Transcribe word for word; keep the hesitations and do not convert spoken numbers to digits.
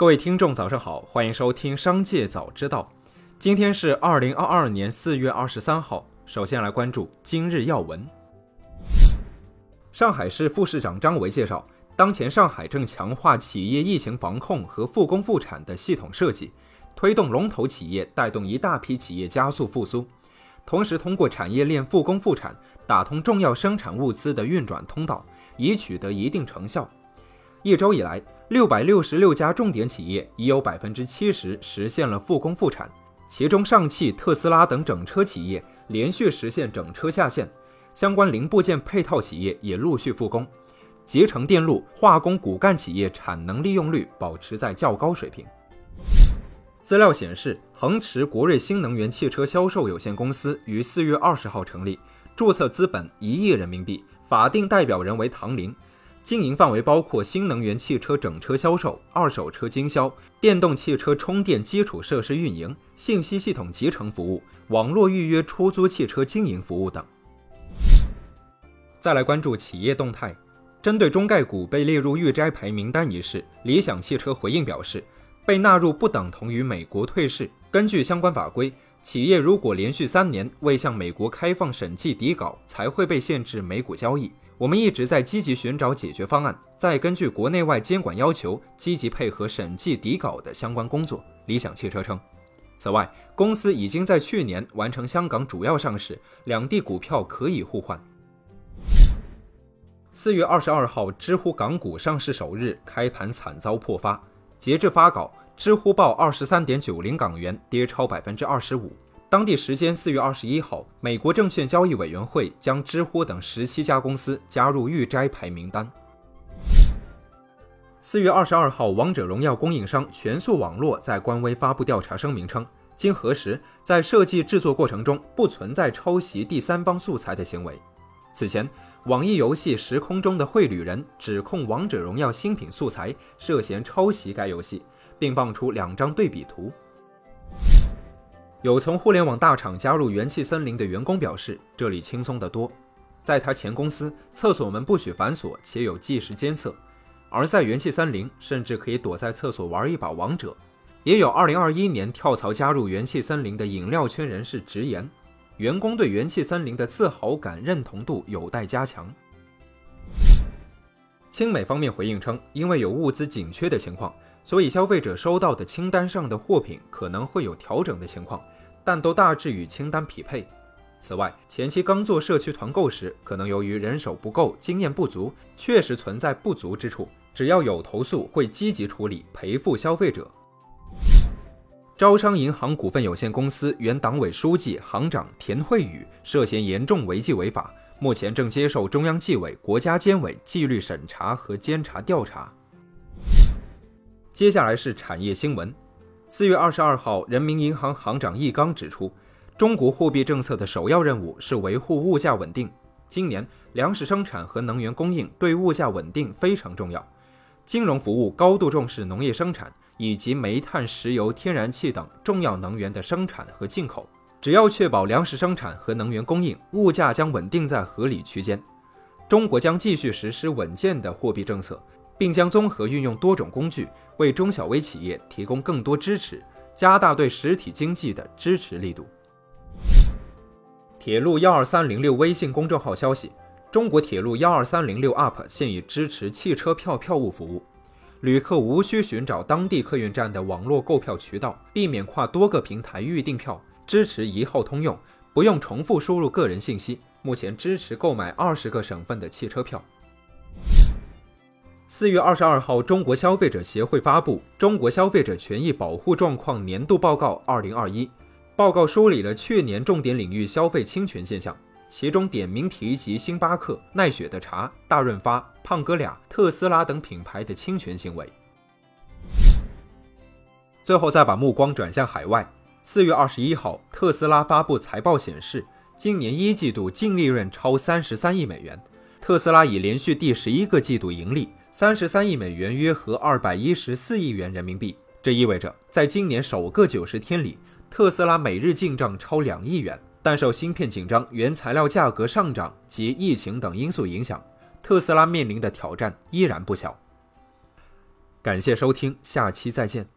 各位听众早上好，欢迎收听商界早知道。今天是二零二二年四月二十三号，首先来关注今日要闻。上海市副市长张维介绍，当前上海正强化企业疫情防控和复工复产的系统设计，推动龙头企业带动一大批企业加速复苏，同时通过产业链复工复产，打通重要生产物资的运转通道，已取得一定成效。一周以来，六百六十六家重点企业已有 百分之七十 实现了复工复产，其中上汽、特斯拉等整车企业连续实现整车下线，相关零部件配套企业也陆续复工，集成电路、化工骨干企业产能利用率保持在较高水平。资料显示，恒驰国瑞新能源汽车销售有限公司于四月二十号成立，注册资本一亿人民币，法定代表人为唐林。经营范围包括新能源汽车整车销售、二手车经销、电动汽车充电基础设施运营、信息系统集成服务、网络预约出租汽车经营服务等。再来关注企业动态，针对中概股被列入预摘牌名单一事，理想汽车回应表示，被纳入不等同于美国退市，根据相关法规，企业如果连续三年未向美国开放审计底稿，才会被限制美股交易。我们一直在积极寻找解决方案，再根据国内外监管要求，积极配合审计底稿的相关工作。理想汽车称，此外，公司已经在去年完成香港主要上市，两地股票可以互换。四月二十二号，知乎港股上市首日开盘惨遭破发，截至发稿，知乎报 二十三点九零港元，跌超 百分之二十五。当地时间四月二十一号，美国证券交易委员会将知乎等十七家公司加入预摘牌名单。四月二十二号，王者荣耀供应商全速网络在官微发布调查声明称，经核实，在设计制作过程中不存在抄袭第三方素材的行为。此前，网易游戏时空中的绘旅人指控王者荣耀新品素材涉嫌抄袭该游戏，并放出两张对比图。有从互联网大厂加入元气森林的员工表示，这里轻松得多。在他前公司，厕所门不许反锁，且有计时监测；而在元气森林，甚至可以躲在厕所玩一把王者。也有二零二一年跳槽加入元气森林的饮料圈人士直言，员工对元气森林的自豪感认同度有待加强。清美方面回应称，因为有物资紧缺的情况，所以消费者收到的清单上的货品可能会有调整的情况，但都大致与清单匹配。此外，前期刚做社区团购时，可能由于人手不够、经验不足，确实存在不足之处，只要有投诉会积极处理，赔付消费者。招商银行股份有限公司原党委书记、行长田慧宇涉嫌严重违纪违法，目前正接受中央纪委、国家监委纪律审查和监察调查。接下来是产业新闻。四月二十二号，人民银行行长易纲指出，中国货币政策的首要任务是维护物价稳定。今年，粮食生产和能源供应对物价稳定非常重要。金融服务高度重视农业生产以及煤炭、石油、天然气等重要能源的生产和进口。只要确保粮食生产和能源供应，物价将稳定在合理区间。中国将继续实施稳健的货币政策，并将综合运用多种工具，为中小微企业提供更多支持，加大对实体经济的支持力度。铁路一二三零六微信公众号消息，中国铁路一二三零六 App 现已支持汽车票票务服务，旅客无需寻找当地客运站的网络购票渠道，避免跨多个平台预订票，支持一号通用，不用重复输入个人信息。目前支持购买二十个省份的汽车票。四月二十二号，中国消费者协会发布《中国消费者权益保护状况年度报告二零二一》，报告梳理了去年重点领域消费侵权现象，其中点名提及星巴克、奈雪的茶、大润发、胖哥俩、特斯拉等品牌的侵权行为。最后再把目光转向海外。四月二十一号，特斯拉发布财报显示，今年一季度净利润超三十三亿美元。特斯拉已连续第十一个季度盈利，三十三亿美元约合二百一十四亿元人民币。这意味着，在今年首个九十天里，特斯拉每日进账超两亿元。但受芯片紧张、原材料价格上涨及疫情等因素影响，特斯拉面临的挑战依然不小。 感谢收听，下期再见。